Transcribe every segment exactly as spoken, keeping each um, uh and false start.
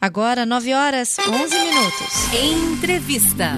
Agora, nove horas, onze minutos. Entrevista.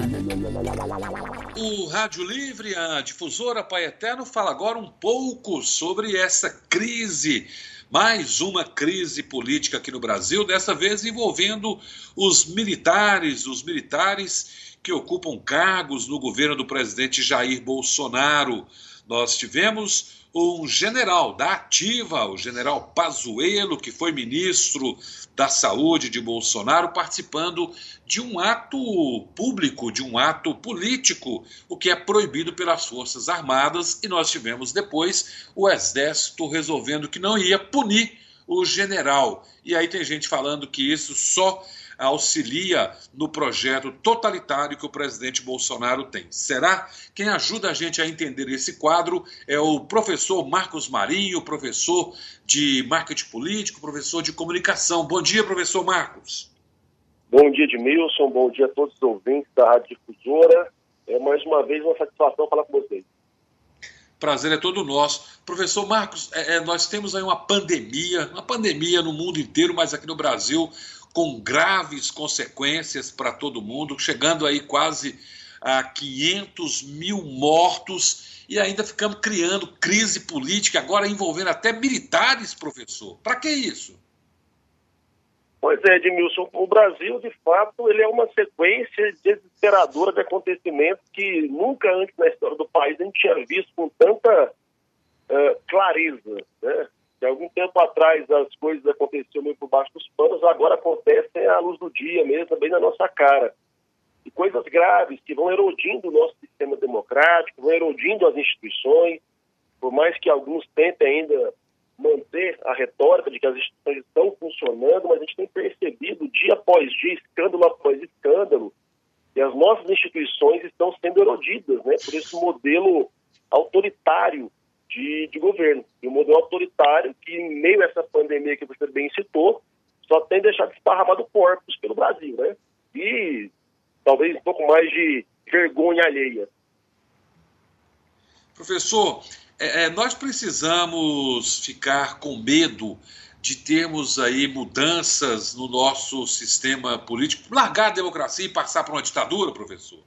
O Rádio Livre, a difusora Pai Eterno, fala agora um pouco sobre essa crise, mais uma crise política aqui no Brasil, dessa vez envolvendo os militares, os militares que ocupam cargos no governo do presidente Jair Bolsonaro. Nós tivemos um general da ativa, o general Pazuello, que foi ministro da Saúde de Bolsonaro, participando de um ato público, de um ato político, o que é proibido pelas Forças Armadas, e nós tivemos depois o Exército resolvendo que não ia punir o general. E aí tem gente falando que isso só auxilia no projeto totalitário que o presidente Bolsonaro tem. Será? Quem ajuda a gente a entender esse quadro é o professor Marcos Marinho, professor de marketing político, professor de comunicação. Bom dia, professor Marcos. Bom dia, Edmilson. Bom dia a todos os ouvintes da Rádio Difusora. É mais uma vez uma satisfação falar com vocês. Prazer é todo nosso. Professor Marcos, é, é, nós temos aí uma pandemia, uma pandemia no mundo inteiro, mas aqui no Brasil com graves consequências para todo mundo, chegando aí quase a quinhentos mil mortos, e ainda ficamos criando crise política, agora envolvendo até militares, professor. Para que isso? Pois é, Edmilson, o Brasil, de fato, ele é uma sequência desesperadora de acontecimentos que nunca antes na história do país a gente tinha visto com tanta uh, clareza, né? De algum tempo atrás as coisas aconteciam meio por baixo dos panos, agora acontecem à luz do dia mesmo, bem na nossa cara. E coisas graves que vão erodindo o nosso sistema democrático, vão erodindo as instituições, por mais que alguns tentem ainda manter a retórica de que as instituições estão funcionando, mas a gente tem percebido dia após dia, escândalo após escândalo, e as nossas instituições estão sendo erodidas, né, por esse modelo autoritário De, de governo, e um modelo autoritário que, em meio a essa pandemia que você bem citou, só tem deixado esparramado corpos pelo Brasil, né? E talvez um pouco mais de vergonha alheia. Professor, é, é, nós precisamos ficar com medo de termos aí mudanças no nosso sistema político, largar a democracia e passar para uma ditadura, professor?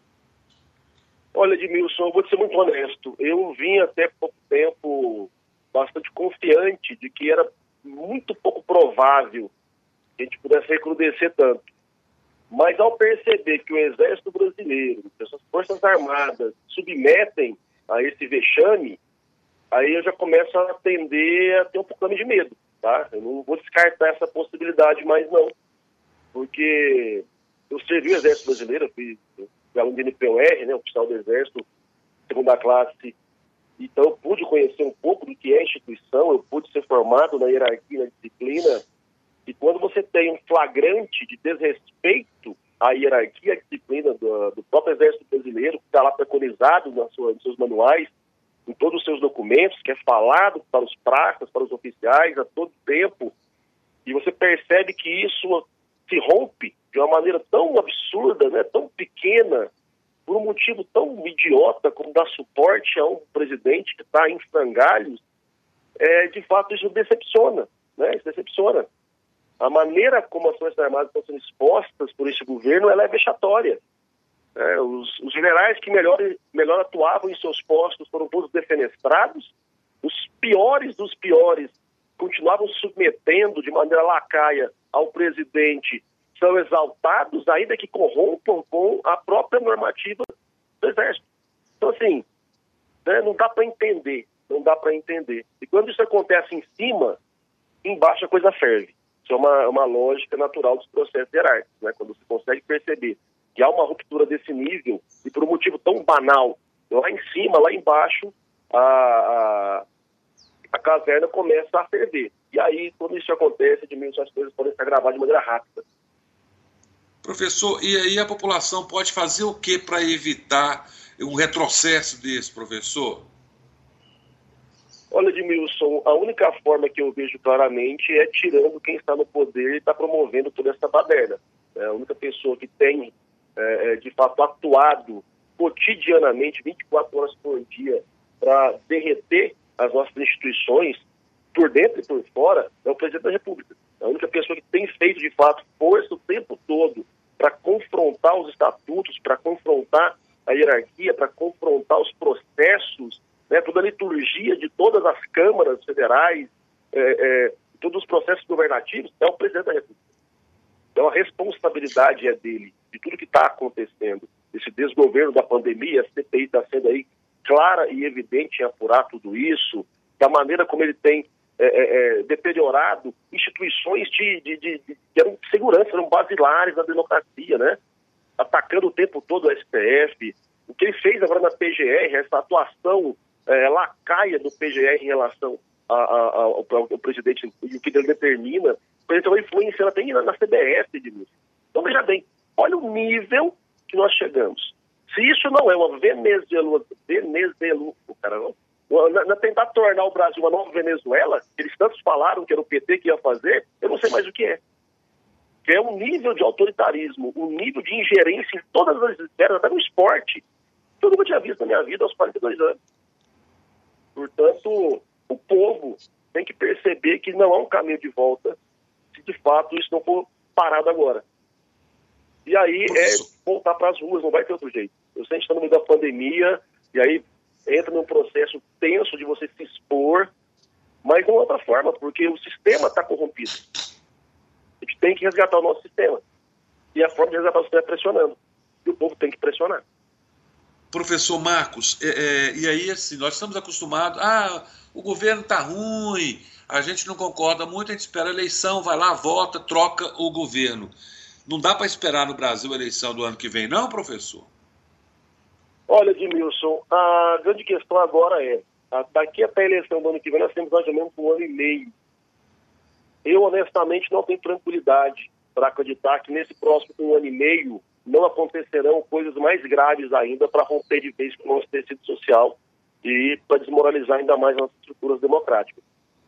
Olha, Edmilson, eu vou te ser muito honesto. Eu vim até pouco tempo bastante confiante de que era muito pouco provável que a gente pudesse recrudescer tanto. Mas ao perceber que o Exército Brasileiro, que as Forças Armadas submetem a esse vexame, aí eu já começo a tender a ter um pouco de medo, tá? Eu não vou descartar essa possibilidade mais não. Porque eu servi o Exército Brasileiro, eu fiz... aluno de N P O R, né, oficial do Exército, segunda classe. Então eu pude conhecer um pouco do que é a instituição, eu pude ser formado na hierarquia, na disciplina, e quando você tem um flagrante de desrespeito à hierarquia, à disciplina do, do próprio Exército Brasileiro, que está lá preconizado na sua, nos seus manuais, em todos os seus documentos, que é falado para os praças, para os oficiais a todo tempo, e você percebe que isso se rompe de uma maneira tão absurda, né, tão pequena, por um motivo tão idiota como dar suporte a um presidente que está em frangalhos, é, de fato isso decepciona, né, isso decepciona. A maneira como as Forças Armadas estão sendo expostas por esse governo, ela é vexatória. É, os, os generais que melhor, melhor atuavam em seus postos foram todos defenestrados, os piores dos piores continuavam submetendo de maneira lacaia ao presidente, são exaltados, ainda que corrompam com a própria normativa do Exército. Então, assim, né, não dá para entender, não dá para entender. E quando isso acontece em cima, embaixo a coisa ferve. Isso é uma, uma lógica natural dos processos hierárquicos, né? Quando você consegue perceber que há uma ruptura desse nível, e por um motivo tão banal, lá em cima, lá embaixo, a, a, a caverna começa a ferver. E aí, quando isso acontece, Edmilson, as coisas podem se agravar de maneira rápida. Professor, e aí a população pode fazer o que para evitar um retrocesso desse, professor? Olha, Edmilson, a única forma que eu vejo claramente é tirando quem está no poder e está promovendo toda essa baderna. É a única pessoa que tem, é, de fato, atuado cotidianamente, vinte e quatro horas por dia, para derreter as nossas instituições, por dentro e por fora, é o presidente da República. a única pessoa que tem feito, de fato, força o tempo todo para confrontar os estatutos, para confrontar a hierarquia, para confrontar os processos, né, toda a liturgia de todas as câmaras federais, é, é, todos os processos governativos, é o presidente da República. Então a responsabilidade é dele, de tudo que está acontecendo. Esse desgoverno da pandemia, a C P I está sendo aí clara e evidente em apurar tudo isso, da maneira como ele tem é, é, deteriorado instituições de, de, de, de, que eram de segurança, eram basilares da democracia, né? Atacando o tempo todo o S T F. O que ele fez agora na P G R, essa atuação é, lacaia do P G R em relação a, a, a, ao, ao presidente e o que ele determina, ele tem uma influência até na, na C B S, Edmilson. Então, veja bem, olha o nível que nós chegamos. Se isso não é uma Venezuela, Venezuela, cara, não, na, na tentar tornar o Brasil uma nova Venezuela, eles tantos falaram que era o P T que ia fazer, eu não sei mais o que é. Que é um nível de autoritarismo, um nível de ingerência em todas as esferas, até no esporte, que eu nunca tinha visto na minha vida aos quarenta e dois anos. Portanto, o povo tem que perceber que não há um caminho de volta se de fato isso não for parado agora. E aí é voltar para as ruas, não vai ter outro jeito. Eu sei que a gente está no meio da pandemia, e aí entra num processo tenso de você se expor, mas não é outra forma, porque o sistema está corrompido. A gente tem que resgatar o nosso sistema. E a forma de resgatar o sistema é pressionando. E o povo tem que pressionar. Professor Marcos, é, é, e aí assim, nós estamos acostumados, ah, o governo está ruim, a gente não concorda muito, a gente espera a eleição, vai lá, vota, troca o governo. Não dá para esperar no Brasil a eleição do ano que vem, não, professor? Olha, Edmilson, a grande questão agora é, daqui até a eleição do ano que vem, nós temos mais ou menos um ano e meio. Eu, honestamente, não tenho tranquilidade para acreditar que nesse próximo um ano e meio não acontecerão coisas mais graves ainda para romper de vez com o nosso tecido social e para desmoralizar ainda mais nossas estruturas democráticas.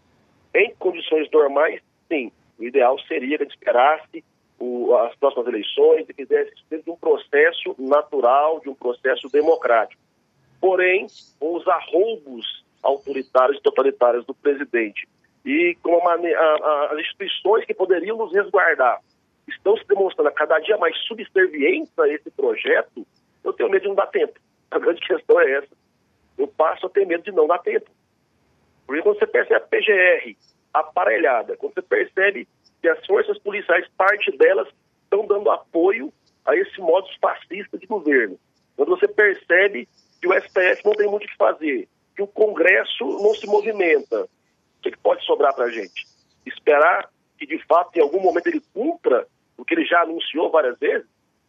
Em condições normais, sim, o ideal seria que a gente esperasse o, as próximas eleições e fizesse isso dentro de um processo natural, de um processo democrático. Porém, com os arroubos autoritários e totalitários do presidente e com a mane- a, a, as instituições que poderiam nos resguardar estão se demonstrando a cada dia mais subservientes a esse projeto, eu tenho medo de não dar tempo. A grande questão é essa. Eu passo a ter medo de não dar tempo. Porque quando você percebe a P G R aparelhada, quando você percebe que as forças policiais, parte delas, estão dando apoio a esse modus fascista de governo. Quando você percebe que o S T F não tem muito o que fazer, que o Congresso não se movimenta, o que, que pode sobrar para a gente? Esperar que, de fato, em algum momento ele cumpra o que ele já anunciou várias vezes?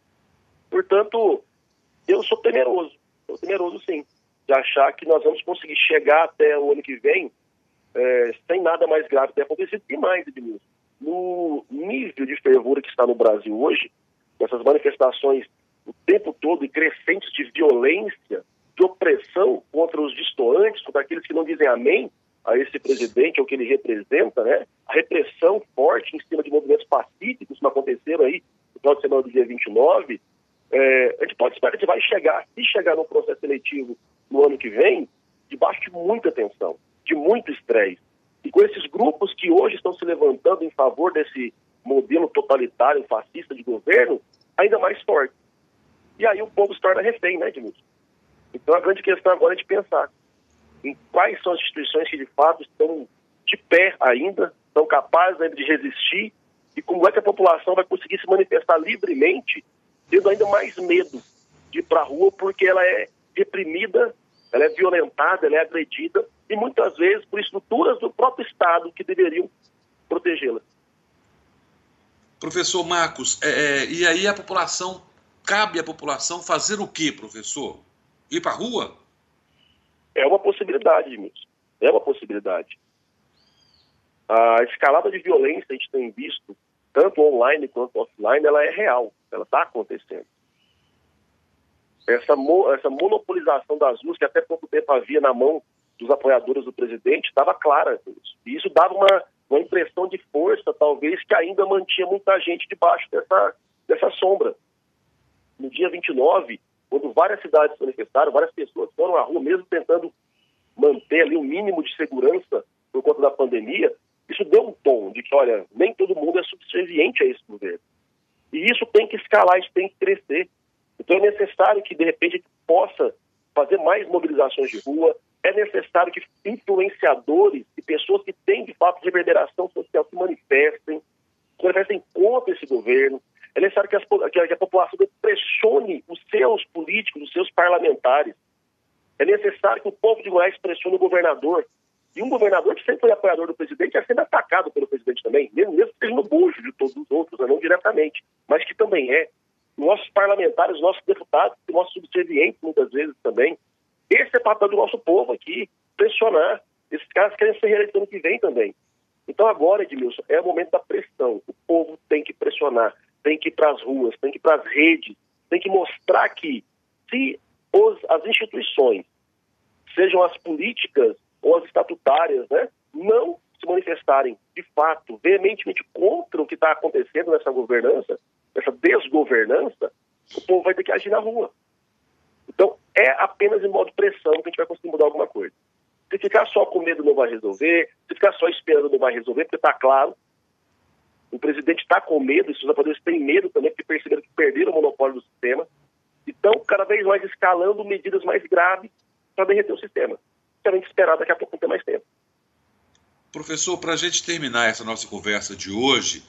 Portanto, eu sou temeroso, sou temeroso sim, de achar que nós vamos conseguir chegar até o ano que vem é, sem nada mais grave ter acontecido. E mais, Edmilson, no nível de fervura que está no Brasil hoje, com essas manifestações o tempo todo e crescentes de violência, de opressão contra os distoantes, contra aqueles que não dizem amém a esse presidente, ao que ele representa, né? A repressão forte em cima de movimentos pacíficos, como aconteceram aí no final de semana do dia vinte e nove, é, a gente pode esperar que a gente vai chegar, se chegar no processo eletivo no ano que vem, debaixo de muita tensão, de muito estresse. E com esses grupos que hoje estão se levantando em favor desse modelo totalitário, fascista de governo, ainda mais forte. E aí o povo se torna refém, né, Edmilson? Então a grande questão agora é de pensar em quais são as instituições que de fato estão de pé ainda, são capazes ainda de resistir, e como é que a população vai conseguir se manifestar livremente, tendo ainda mais medo de ir para a rua, porque ela é reprimida, ela é violentada, ela é agredida, e muitas vezes por estruturas do próprio Estado que deveriam protegê-la. Professor Marcos, é, é, e aí a população, cabe à população fazer o quê, professor? Ir para a rua? É uma possibilidade, Edmilson. É uma possibilidade. A escalada de violência que a gente tem visto, tanto online quanto offline, ela é real. Ela está acontecendo. Essa, mo- essa monopolização das ruas, que até pouco tempo havia na mão dos apoiadores do presidente, estava clara. E isso dava uma, uma impressão de força, talvez, que ainda mantinha muita gente debaixo dessa, dessa sombra. No dia vinte e nove, quando várias cidades se manifestaram, várias pessoas foram à rua, mesmo tentando manter ali um mínimo de segurança por conta da pandemia, Isso deu um tom de que, olha, nem todo mundo é subserviente a esse governo. E isso tem que escalar, isso tem que crescer. Então é necessário que, de repente, a gente possa fazer mais mobilizações de rua, é necessário que influenciadores e pessoas que têm, de fato, reverberação social se manifestem, se manifestem contra esse governo. É necessário que, as, que a população pressione os seus políticos, os seus parlamentares. É necessário que o povo de Goiás pressione o governador. E um governador que sempre foi apoiador do presidente é sendo atacado pelo presidente também, mesmo, mesmo que esteja no bojo de todos os outros, né, não diretamente, mas que também é. Nossos parlamentares, nossos deputados, nossos subservientes, muitas vezes também. Esse é o papel do nosso povo aqui, pressionar. Esses caras querem ser reeleitos ano que vem também. Então agora, Edmilson, é o momento da pressão. O povo tem que pressionar, tem que ir para as ruas, tem que ir para as redes, tem que mostrar que se os, as instituições, sejam as políticas ou as estatutárias, né, não se manifestarem de fato, veementemente contra o que está acontecendo nessa governança, nessa desgovernança, o povo vai ter que agir na rua. Então, é apenas em modo de pressão que a gente vai conseguir mudar alguma coisa. Se ficar só com medo não vai resolver, se ficar só esperando não vai resolver, porque está claro, o presidente está com medo, e os apoiadores têm medo também, porque perceberam que perderam o monopólio do sistema, e estão cada vez mais escalando medidas mais graves para derreter o sistema. Também esperar daqui a pouco não ter mais tempo. Professor, para a gente terminar essa nossa conversa de hoje,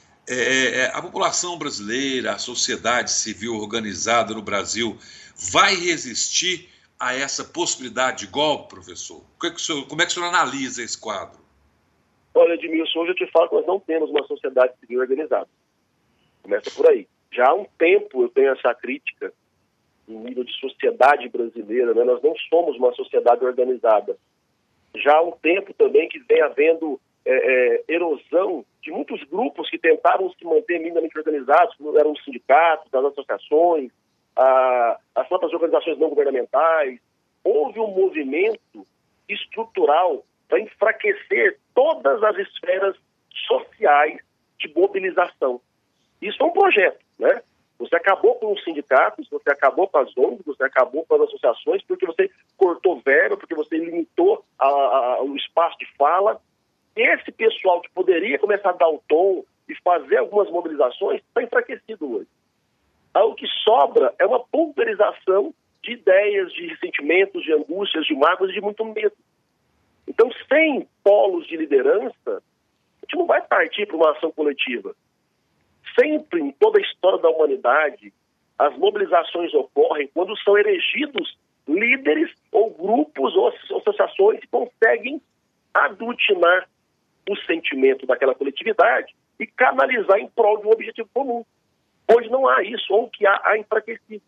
é, a população brasileira, a sociedade civil organizada no Brasil vai resistir a essa possibilidade de golpe, professor? Como é que o senhor, como é que o senhor analisa esse quadro? Olha, Edmilson, hoje eu te falo que nós não temos uma sociedade civil organizada. Começa por aí. Já há um tempo eu tenho essa crítica no nível de sociedade brasileira, né? Nós não somos uma sociedade organizada. Já há um tempo também que vem havendo é, é, erosão de muitos grupos que tentaram se manter minimamente organizados, como eram os sindicatos, as associações, a, as próprias organizações não governamentais. Houve um movimento estrutural para enfraquecer todas as esferas sociais de mobilização. Isso é um projeto, né? Você acabou com os sindicatos, você acabou com as O N Gs, você acabou com as associações, porque você cortou verba, porque você limitou a, a, o espaço de fala. Esse pessoal que poderia começar a dar o tom e fazer algumas mobilizações está enfraquecido hoje. Aí, o que sobra é uma pulverização de ideias, de ressentimentos, de angústias, de mágoas e de muito medo. Então, sem polos de liderança, a gente não vai partir para uma ação coletiva. Sempre, em toda a história da humanidade, as mobilizações ocorrem quando são elegidos líderes ou grupos ou associações que conseguem aglutinar o sentimento daquela coletividade e canalizar em prol de um objetivo comum. Hoje não há isso, ou o que há, há enfraquecido.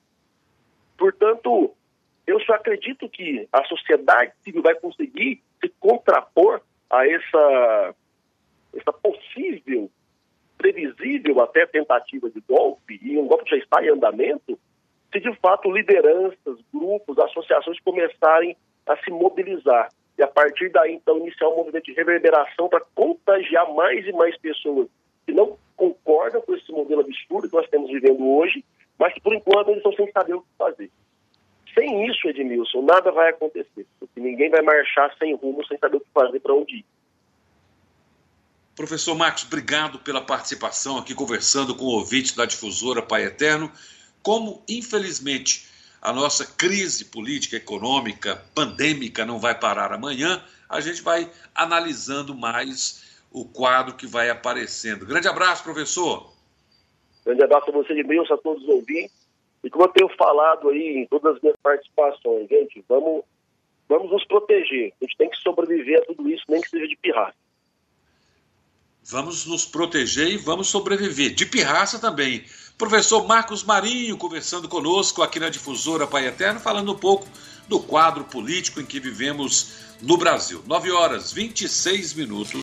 Portanto, eu só acredito que a sociedade civil vai conseguir se contrapor a essa, essa possível, previsível até tentativa de golpe, e um golpe já está em andamento, se de fato lideranças, grupos, associações começarem a se mobilizar. E a partir daí, então, iniciar um movimento de reverberação para contagiar mais e mais pessoas que não concordam com esse modelo absurdo que nós estamos vivendo hoje, mas que, por enquanto, eles estão sem saber o que fazer. Sem isso, Edmilson, nada vai acontecer, porque ninguém vai marchar sem rumo, sem saber o que fazer, para onde ir. Professor Marcos, obrigado pela participação aqui, conversando com o ouvinte da difusora Pai Eterno. Como, infelizmente, a nossa crise política, econômica, pandêmica não vai parar amanhã, a gente vai analisando mais o quadro que vai aparecendo. Grande abraço, professor. Grande abraço a você, Edmilson, a todos os ouvintes. E como eu tenho falado aí em todas as minhas participações, gente, vamos, vamos nos proteger. A gente tem que sobreviver a tudo isso, nem que seja de pirraça. Vamos nos proteger e vamos sobreviver. De pirraça também. Professor Marcos Marinho conversando conosco aqui na difusora Pai Eterno, falando um pouco do quadro político em que vivemos no Brasil. nove horas e vinte e seis minutos.